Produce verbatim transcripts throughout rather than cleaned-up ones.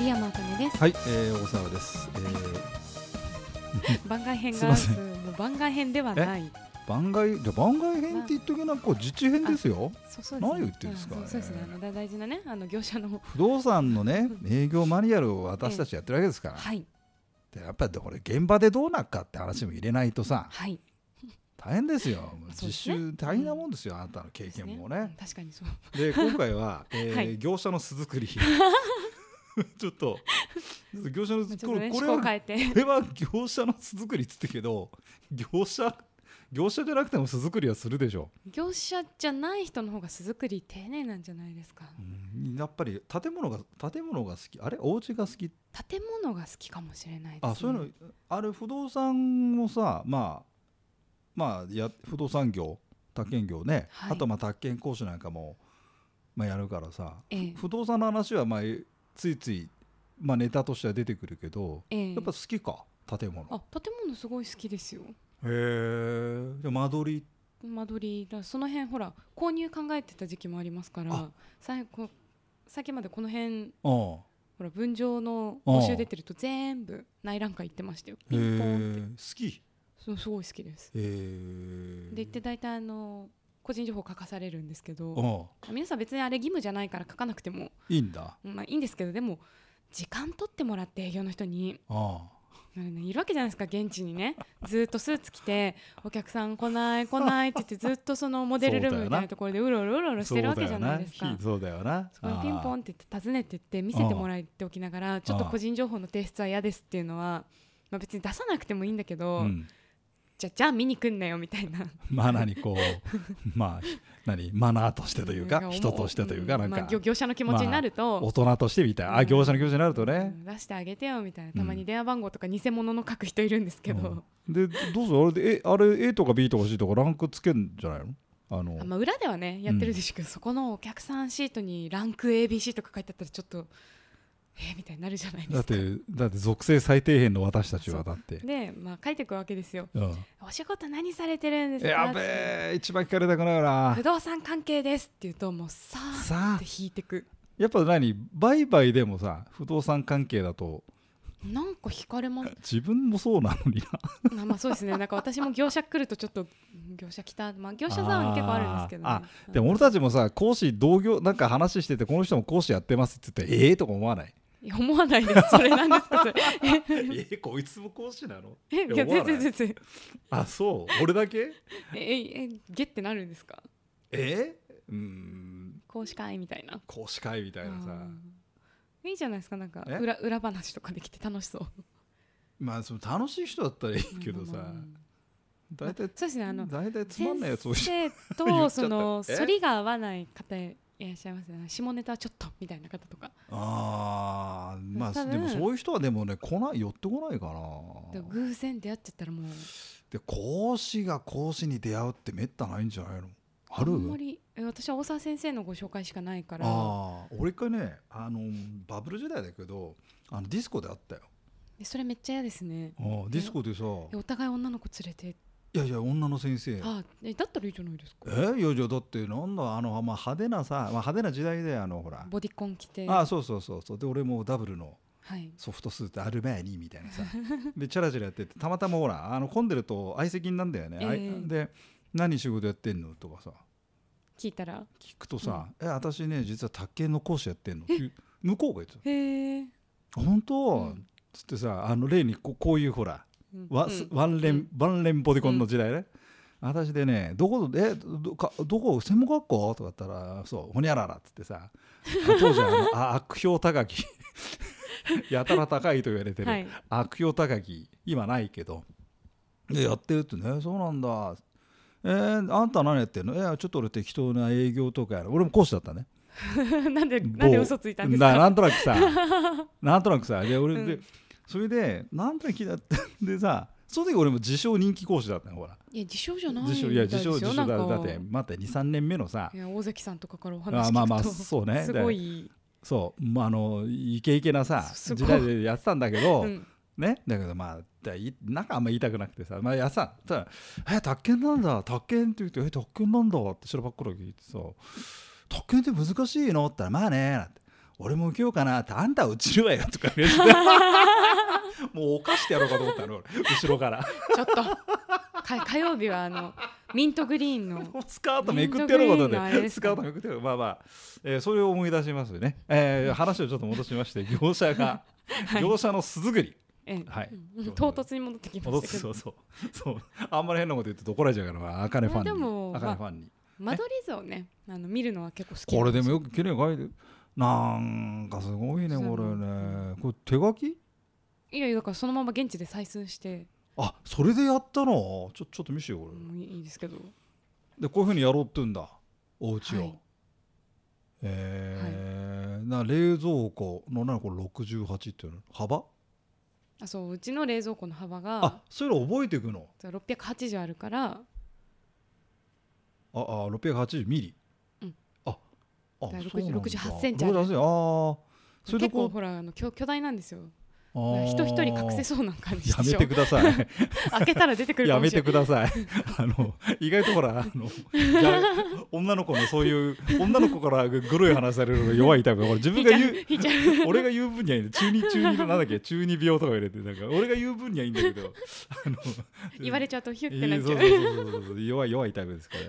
有山茜です。 はい、えー、大沢です、えー、番外編がもう番外編ではない。 番外じゃ番外編って言っときな、こう実編ですよ。 そうそうですね、 何言ってるんですか、ね、 そうですね、あの大事なね、あの業者の不動産のね営業マニュアルを私たちやってるわけですから、 えー、はい。 でやっぱりこれ現場でどうなっかって話も入れないとさ、 はい、 大変ですよ。実習、 ね、 大変なもんですよ、うん、あなたの経験もね。ね、 確かにそう。 で今回は、えーはい、業者の巣作りちょっと業者の巣作り、これはこれは業者の巣作りっつってけど、業者業者じゃなくても巣作りはするでしょ。 業者じゃない人の方が巣作り丁寧なんじゃないですか。 うん、やっぱり建物が建物が好き、あれお家が好き、 建物が好きかもしれないですね。 あ、そういうのあれ不動産もさ、まあまあや不動産業、宅建業ね、はい、あとまあ宅建講師なんかもまあやるからさ、ええ、不動産の話はまあついついまあネタとしては出てくるけど、ええ、やっぱ好きか建物。 あ、建物すごい好きですよ。 へえ。じゃ間取り間取りだ、その辺ほら購入考えてた時期もありますから、さこ最近までこの辺ほら分譲の募集出てると全部内覧会行ってましたよ。ピンポンって。 好き。 そう、すごい好きです。へで行って大体あの個人情報書かされるんですけど、皆さん別にあれ義務じゃないから書かなくてもいいんだ、 まあ、いいんですけど、でも時間取ってもらって営業の人にああいるわけじゃないですか、現地にね。ずっとスーツ着てお客さん来ない来ないって言ってずっとそのモデルルームみたいなところでうろうろうろうろしてるわけじゃないですか。 そうだよな。 そのピンポンって言って訪ねてって見せてもらっておきながら、ちょっと個人情報の提出は嫌ですっていうのは、まあ、別に出さなくてもいいんだけど、うん、じゃあじゃあ見に来んなよみたいなまあ何こうまあ何マナーとしてというか人としてというかなんか、 まあ、業者の気持ちになると、 まあ、大人としてみたいな、あ、業者の気持ちになるとね、 うん、出してあげてよみたいな。たまに電話番号とか偽物の書く人いるんですけど、 うん、でどうぞあれでえあれ A とか B とか C とかランクつけるんじゃないの。あのあ、まあ、裏ではねやってるでしょうけど、うん、そこのお客さんシートにランク エービーシー とか書いてあったらちょっとえー、みたいになるじゃないですか。 だってだって属性最底辺の私たちはだってで、まあ、書いていくわけですよ、うん、お仕事何されてるんですか。 やべえ、一番聞かれたくないな。 不動産関係ですって言うともうさーって引いてく。 やっぱ何売買でもさ不動産関係だとなんか引かれます。 自分もそうなのになまあそうですね。なんか私も業者来るとちょっと業者来た、まあ、業者さんは結構あるんですけど、ね、 ああでも俺たちもさ講師同業なんか話しててこの人も講師やってますって言ってええー、とか思わない。 いや思わないです。それなんですかそれえこいつも講師なの。 えいや全然全然。 あ、そう俺だけええゲってなるんですか。 えうーん講師会みたいな講師会みたいなさ、 いいじゃないですか。なんか 裏, 裏話とかできて楽しそう。 まあその楽しい人だったらいいけどさ、大体、まあ、そうですね、あの大体つまんないやつを先生とその反りが合わない方いらっしゃいますよね。下ネタちょっとみたいな方とか。 ああまあでもそういう人はでもね来ない寄ってこないかな。 偶然出会っちゃったらもうで講師が講師に出会うってめったないんじゃないの。ある？あんまり私は大沢先生のご紹介しかないから。 あ俺一回ねあのバブル時代だけどあのディスコで会ったよ。 それめっちゃ嫌ですね。 あディスコでさお互い女の子連れて。 いやいや女の先生。 あえだったらいいじゃないですか。 えいやいやだってなんだあの、まあ、派手なさ、まあ、派手な時代であのほらボディコン着て。 あそうそうそうそうで俺もダブルのソフトスーツアルバーニみたいなさ、はい、でチャラチャラやっててたまたまほらあの混んでると相席になんだよね、えー、で何仕事やってんのとかさ聞いたら聞くとさ、うん、え私ね実は宅建の講師やってんのって向こうが言ってた。へえ本当、うん、つってさあの例に こ, こういうほら、うん、ワ, ワンレン、うん、ワンレンボディコンの時代ね、うん、私でねどこえ ど, かどこ専門学校とかだったらそうほにゃららっつってさ当時あのあ悪評高きやたら高いと言われてる、はい、悪評高き今ないけどでやってるってねそうなんだ。えー、あんた何やってんの。いやちょっと俺適当な営業とかやる。俺も講師だったねなんでなんで嘘ついたんですか。 な, なんとなくさなんとなくさで俺で、うん、それでなんとなく聞いたでさその時俺も自称人気講師だったのほら。 いや自称じゃない自称いや自称自称 だ, だって待って に,さん 年目のさいや大関さんとかからお話聞くとあまあまあそうねすごいそう、まあ、あのイケイケなさ時代でやってたんだけど、うんね、だけどまあなんかあんま言いたくなくてさ、まあ、やさたえ宅建なんだ宅建って言ってえ宅建なんだって知らばっかり聞いてさ宅建って難しいのって言ったらまあねなんて俺も受けようかなって、あんたは落ちるわよとか言ってもう犯してやろうかと思ったの後ろからちょっと火曜日はあのミントグリーンのスカートめくってやろうかと思ってスカートめくってやろう、まあまあ、えー、それを思い出しますね、えー、話をちょっと戻しまして業者が、はい、業者の巣作り、 はい、唐突に戻ってきましたけど、 そうそうそうあんまり変なこと言って怒られちゃうからあかねファンに、 でもあかねファンに、 ま、間取り図をねあの見るのは結構好き。 これでもよく綺麗に描いてる、なんかすごいねこれね。これ手書き？ いやいや、だからそのまま現地で採寸して。 あ、それでやったの？ちょちょっと見せてよこれ。 うん、いいですけど。 でこういう風にやろうって言うんだお家を、はい、 はえー、な冷蔵庫の何これろくじゅうはちっていうの幅？ あ、そう、うちの冷蔵庫の幅が、 あ、それ覚えていくの？ ろっぴゃくはちじゅうあるから、 ああろっぴゃくはちじゅうミリ、 うん、 ああろくじゅうはちセンチある。 ああ、それ結構ほらあの 巨, 巨大なんですよ。人一人隠せそうな感じでしょ。 やめてください開けたら出てくるかもしれない。 やめてくださいあの意外とほらあの女の子のそういう女の子からグロい話されるのが弱いタイプ。自分が言う俺が言う分にはいいんだ。中二中二のなんだっけ中二病とか入れてなんか俺が言う分にはいいんだけどあの言われちゃうとヒュッてなっちゃう。 そうそうそうそう弱い弱いタイプですから。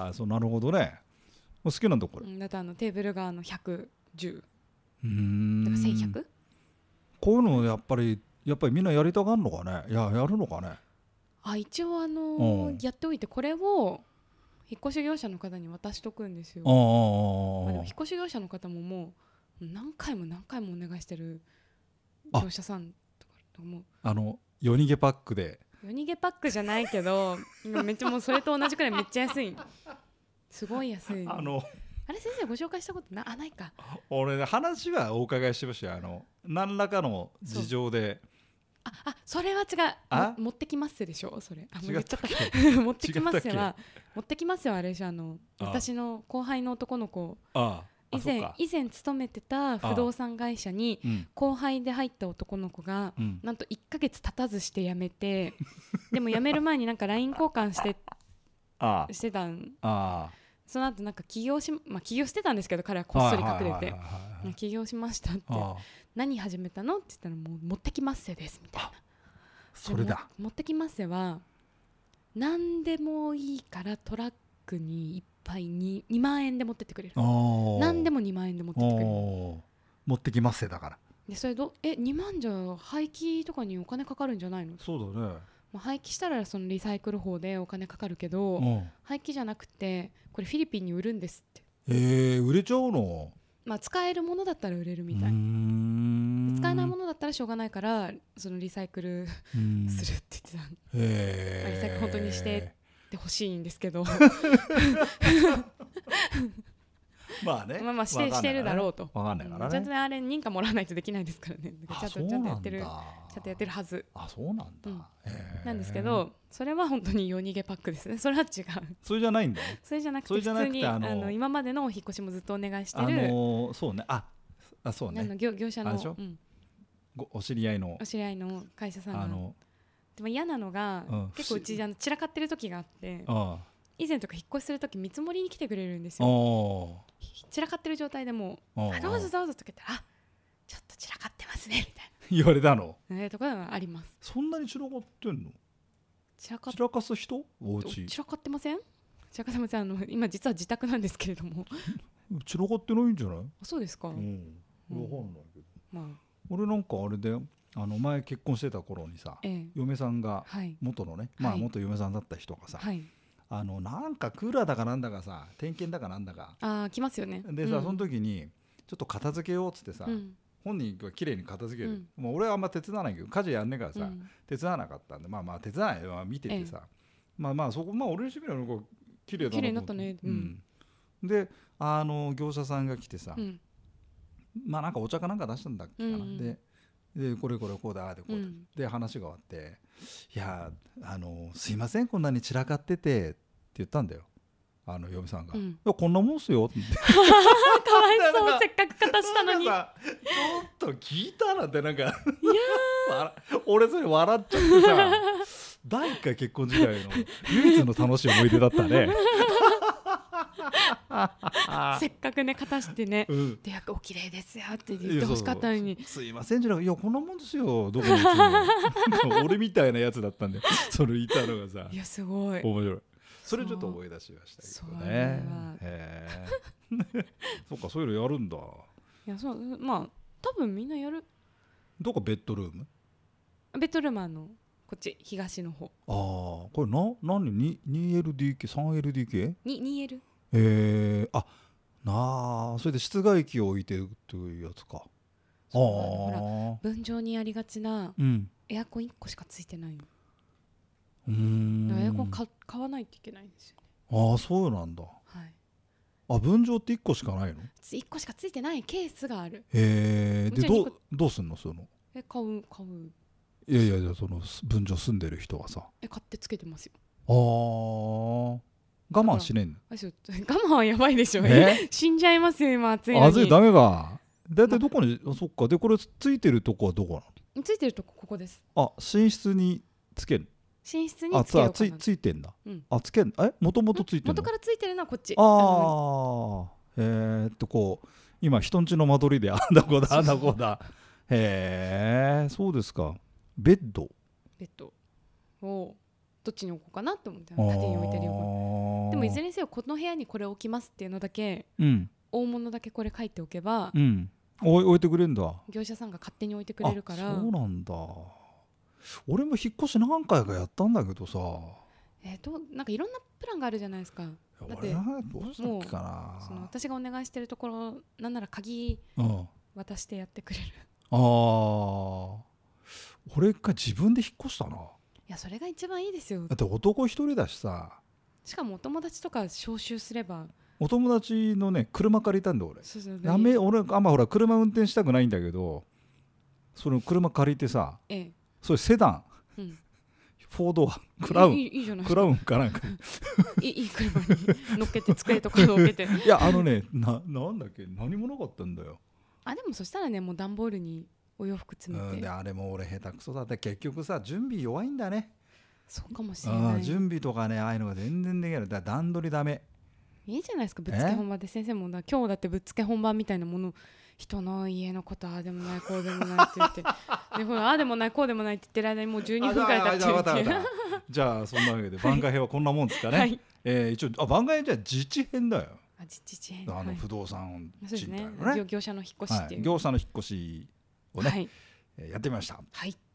ああそうなるほどね。好きなんだこれ。 だってあのテーブルがあのひゃくじゅう。 うーん。 だからせんひゃく。 こういうのやっぱりやっぱりみんなやりたがるのかね。いややるのかね。 あ、一応あのー、やっておいてこれを引っ越し業者の方に渡しとくんですよ。ああ、まあ、でも引っ越し業者の方ももう何回も何回もお願いしてる業者さんとかと思う。 あの夜逃げパックで。 夜逃げパックじゃないけど今めっちゃもうそれと同じくらいめっちゃ安い。すごい安い。 あのあれ先生ご紹介したこと な, あないか。 俺、ね、話はお伺いしてましたよ。あの何らかの事情で。 ああそれは違う。あ持ってきますでしょそれ。あ違ったっけ持ってきますは持ってきますよあれじゃあの私の後輩の男の子。ああ以前以前勤めてた不動産会社に後輩で入った男の子が、うん、なんといっかげつ経たずして辞めてでも辞める前になんか ライン 交換してああしてたん。ああその後なんか起業し、まあ、起業してたんですけど彼はこっそり隠れて起業しましたって何始めたのって言ったらもう持ってきますせですみたいな。 それだ。 持ってきますせは何でもいいからトラックにいっぱい 2, にまん円で持ってってくれる。何でもにまん円で持ってってくれる。持ってきますせだから。 でそれどえにまんじゃ廃棄とかにお金かかるんじゃないの？ そうだね。 もう廃棄したらそのリサイクル法でお金かかるけど、うん、廃棄じゃなくてこれフィリピンに売るんですって。 えー、売れちゃうの？ まあ、使えるものだったら売れるみたい。うーん使えないものだったらしょうがないからそのリサイクルするって言ってた。えー、リサイクル本当にしてってほしいんですけどまあね、 まあまあして、してるだろうと。 わかんないからね。 ちゃんとねあれ認可もらわないとできないですからね。ちゃんとちゃんとやってる、ちゃんとやってるはず。 あ、そうなんだ。うん、 なんですけど、それは本当に夜逃げパックですね。それは違う。 それじゃないんだね。 それじゃなくて普通にあの今までのお引っ越しもずっとお願いしてる。あのそうね。あ、あそうね。あの業, 業者の、 うん、ごお知り合いのお知り合いの会社さんが。あのでも嫌なのが、うん、結構うちあの散らかってる時があって。ああ以前とか引っ越しするとき見積もりに来てくれるんですよ。散らかってる状態でもうあどうぞどうぞとか言ったらあちょっと散らかってますねみたいな言われたの、 えー、とかがあります。 そんなに散らかってんの？ 散らか散らかす人？お家散らかってません？散らかってません。あの今実は自宅なんですけれども散らかってないんじゃない？ あそうですか。うん、 分かんないけど、まあ、俺なんかあれであの前結婚してた頃にさ、ええ、嫁さんが元のね、はい、まあ元嫁さんだった人がさ、はいあのなんかクーラーだかなんだかさ点検だかなんだかあ来ますよね。 でさ、うん、その時にちょっと片付けようっつってさ、うん、本人が綺麗に片付ける、うん、もう俺はあんま手伝わないけど家事やんねえからさ、うん、手伝わなかったんでまあまあ手伝わないは見ててさ、ええ、まあまあそこまあ俺にしてみれば綺麗だなと思って綺麗になったね、うんうん、であの業者さんが来てさ、うん、まあなんかお茶かなんか出したんだっけかな、うん、ででこれこれこうだあでこうだ、うん、で話が終わっていやあのすいませんこんなに散らかっててって言ったんだよあの嫁さんが、うん、いやこんなもんっすよってかわいそうせっかく片したのにちょっと聞いたなんてなんかいや俺それ笑っちゃってさだいいっかい結婚時代の唯一の楽しい思い出だったねせっかくね勝たしてね、うん、でお綺麗ですよって言ってほしかったのに、 そうそうすいませんじゃなくて、いやこんなもんですよどこにいつも俺みたいなやつだったんでそれいたのがさ、 いやすごい面白い。それちょっと思い出しましたけどね。へえそっか、そういうのやるんだ。いやそうまあ多分みんなやる。 どこベッドルーム？ ベッドルームあのこっち東の方。ああこれな何 に にエルディーケー さんエルディーケー？ に にエル。 えー、あなあそれで室外機を置いてるというやつか。ああほら分譲にありがちな、うん、エアコンいっこしかついてない。うーんエアコン買わないといけないんですよね。 ああそうなんだ。はい。あ分譲っていっこしかないの？ いっこしかついてないケースがある。 へえ。でどうどうすんのその？ え買う買う。 いやいやいやその分譲住んでる人はさ。 え買ってつけてますよ。 ああ我慢しねえんだ。 我慢はやばいでしょ。え死んじゃいますよ今暑いのに。 暑いダメか。だいたいどこに、ま、そっかでこれついてるとこはどこなの？ ついてるとこここです。 あ寝室につける。寝室につけようかな。 あついついてんだ。うん、あつけんえもともとついてんの？ 元からついてるのはこっち。 ああえー、っとこう今人んちの間取りであんだこだあんだこだ。へえそうですか。ベッドベッドをどっちに置こうかなと思って縦に置いてるよ。でもいずれにせよこの部屋にこれ置きますっていうのだけ、うん、大物だけこれ書いておけば、うん、 置いてくれるんだ。 業者さんが勝手に置いてくれるから。 そうなんだ。俺も引っ越し何回かやったんだけどさ、 えー、どうなんかいろんなプランがあるじゃないですか。だってどうしたっけかな。 その私がお願いしてるところなんなら鍵渡してやってくれる。 ああ俺が自分で引っ越したな。いやそれが一番いいですよ。 だって男一人だしさ。 しかもお友達とか招集すれば。 お友達のね車借りたんだ俺。 そうそうやめ俺あんまほら車運転したくないんだけど、その車借りてさ、ええ、それセダン、うん、フォードはクラウンいいいいじゃないクラウンかなんかいい車に乗っけて机とか乗っけていやあのね な, なんだっけ何もなかったんだよ。 あでもそしたらねもう段ボールにお洋服詰めて、 うん、であれも俺下手くそだって結局さ準備弱いんだね。 そうかもしれない。 準備とかねああいうのが全然できない。だから段取りダメ。いいじゃないですかぶっつけ本番で。先生もだ今日だってぶっつけ本番みたいなもの人の家のことああでもないこうでもないって言ってでほらああでもないこうでもないって言ってる間にもうじゅうにふんくらい経っちゃうっていう。 じゃあそんなわけで番外編はこんなもんですかね。はい、えー、一応あ番外編じゃ自治編だよ。 あ自治編あの不動産賃貸のね、はい、業者の引っ越しっていう、 はい、業者の引っ越しをね、はい、やってみました。 はい。